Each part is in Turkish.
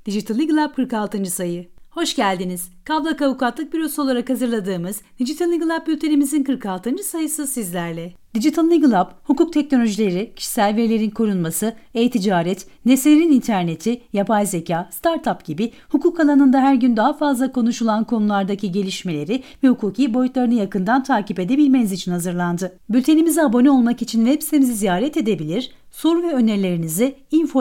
Digital Legal Lab 46. sayı. Hoş geldiniz. Kavlak Avukatlık Bürosu olarak hazırladığımız Digital Legal Lab bültenimizin 46. sayısı sizlerle. Digital Legal Lab, hukuk teknolojileri, kişisel verilerin korunması, e-ticaret, nesnelerin interneti, yapay zeka, startup gibi hukuk alanında her gün daha fazla konuşulan konulardaki gelişmeleri ve hukuki boyutlarını yakından takip edebilmeniz için hazırlandı. Bültenimize abone olmak için web sitemizi ziyaret edebilir, soru ve önerilerinizi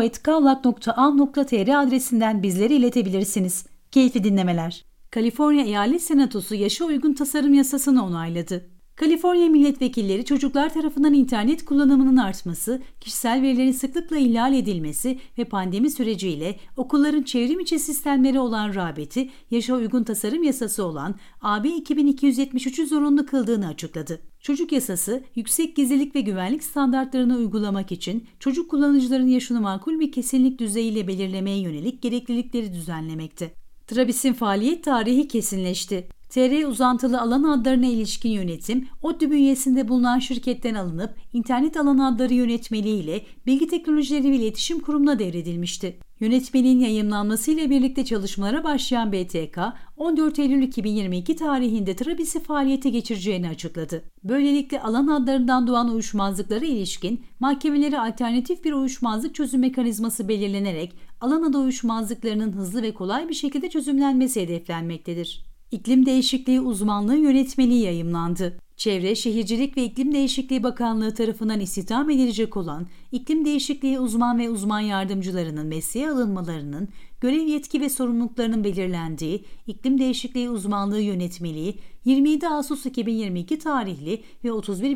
info@kavlak.am.tr adresinden bizlere iletebilirsiniz. Keyifli dinlemeler. Kaliforniya Eyalet Senatosu yaşa uygun tasarım yasasını onayladı. Kaliforniya milletvekilleri çocuklar tarafından internet kullanımının artması, kişisel verilerin sıklıkla ihlal edilmesi ve pandemi süreciyle okulların çevrim içi sistemleri olan rağbeti, yaşa uygun tasarım yasası olan AB 2273'ü zorunlu kıldığını açıkladı. Çocuk yasası, yüksek gizlilik ve güvenlik standartlarını uygulamak için çocuk kullanıcıların yaşını makul bir kesinlik düzeyiyle belirlemeye yönelik gereklilikleri düzenlemekte. Travis'in faaliyet tarihi kesinleşti. TR uzantılı alan adlarına ilişkin yönetim, ODTÜ bünyesinde bulunan şirketten alınıp internet alan adları yönetmeliği ile Bilgi Teknolojileri ve İletişim Kurumu'na devredilmişti. Yönetmeliğin yayımlanmasıyla birlikte çalışmalara başlayan BTK, 14 Eylül 2022 tarihinde Travis'i faaliyete geçireceğini açıkladı. Böylelikle alan adlarından doğan uyuşmazlıklara ilişkin mahkemelere alternatif bir uyuşmazlık çözüm mekanizması belirlenerek alan adı uyuşmazlıklarının hızlı ve kolay bir şekilde çözümlenmesi hedeflenmektedir. İklim Değişikliği Uzmanlığı Yönetmeliği yayımlandı. Çevre, Şehircilik ve İklim Değişikliği Bakanlığı tarafından istihdam edilecek olan iklim değişikliği uzman ve uzman yardımcılarının mesleğe alınmalarının, görev yetki ve sorumluluklarının belirlendiği İklim Değişikliği Uzmanlığı Yönetmeliği 27 Ağustos 2022 tarihli ve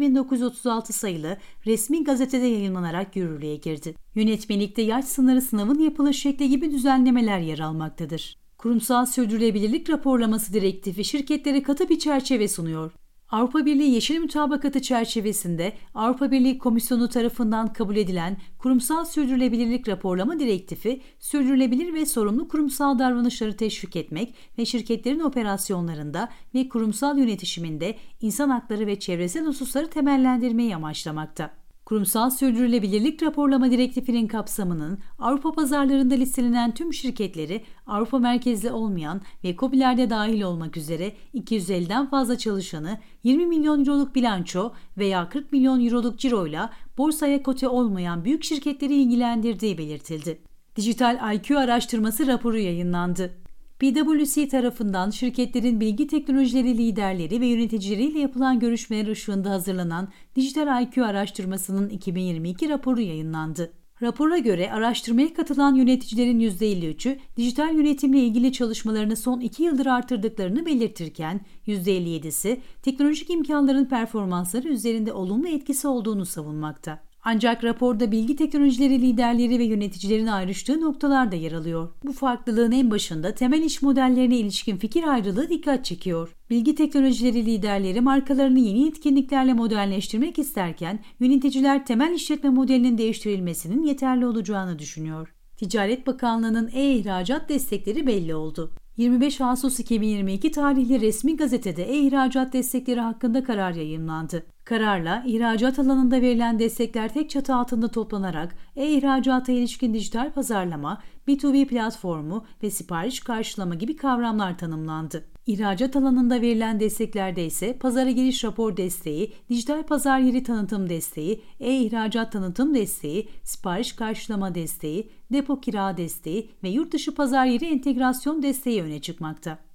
31.936 sayılı resmi gazetede yayımlanarak yürürlüğe girdi. Yönetmelikte yaş sınırı sınavın yapılış şekli gibi düzenlemeler yer almaktadır. Kurumsal Sürdürülebilirlik Raporlaması Direktifi şirketlere katı bir çerçeve sunuyor. Avrupa Birliği Yeşil Mutabakatı çerçevesinde Avrupa Birliği Komisyonu tarafından kabul edilen Kurumsal Sürdürülebilirlik Raporlama Direktifi, sürdürülebilir ve sorumlu kurumsal davranışları teşvik etmek ve şirketlerin operasyonlarında ve kurumsal yönetişiminde insan hakları ve çevresel hususları temellendirmeyi amaçlamakta. Kurumsal Sürdürülebilirlik Raporlama Direktifinin kapsamının Avrupa pazarlarında listelenen tüm şirketleri Avrupa merkezli olmayan ve KOBİ'lerde dahil olmak üzere 250'den fazla çalışanı 20 milyon euroluk bilanço veya 40 milyon euroluk ciroyla borsaya kote olmayan büyük şirketleri ilgilendirdiği belirtildi. Dijital IQ araştırması raporu yayınlandı. PwC tarafından şirketlerin bilgi teknolojileri liderleri ve yöneticileriyle yapılan görüşmeler ışığında hazırlanan Dijital IQ araştırmasının 2022 raporu yayınlandı. Rapora göre araştırmaya katılan yöneticilerin %53'ü dijital yönetimle ilgili çalışmalarını son 2 yıldır artırdıklarını belirtirken %57'si teknolojik imkanların performansları üzerinde olumlu etkisi olduğunu savunmakta. Ancak raporda bilgi teknolojileri liderleri ve yöneticilerin ayrıştığı noktalar da yer alıyor. Bu farklılığın en başında temel iş modellerine ilişkin fikir ayrılığı dikkat çekiyor. Bilgi teknolojileri liderleri markalarını yeni etkinliklerle modelleştirmek isterken yöneticiler temel işletme modelinin değiştirilmesinin yeterli olacağını düşünüyor. Ticaret Bakanlığı'nın e-ihracat destekleri belli oldu. 25 Ağustos 2022 tarihli resmi gazetede e-ihracat destekleri hakkında karar yayımlandı. Kararla ihracat alanında verilen destekler tek çatı altında toplanarak e-ihracata ilişkin dijital pazarlama, B2B platformu ve sipariş karşılama gibi kavramlar tanımlandı. İhracat alanında verilen desteklerde ise pazara giriş rapor desteği, dijital pazar yeri tanıtım desteği, e-ihracat tanıtım desteği, sipariş karşılama desteği, depo kira desteği ve yurt dışı pazar yeri entegrasyon desteği öne çıkmakta.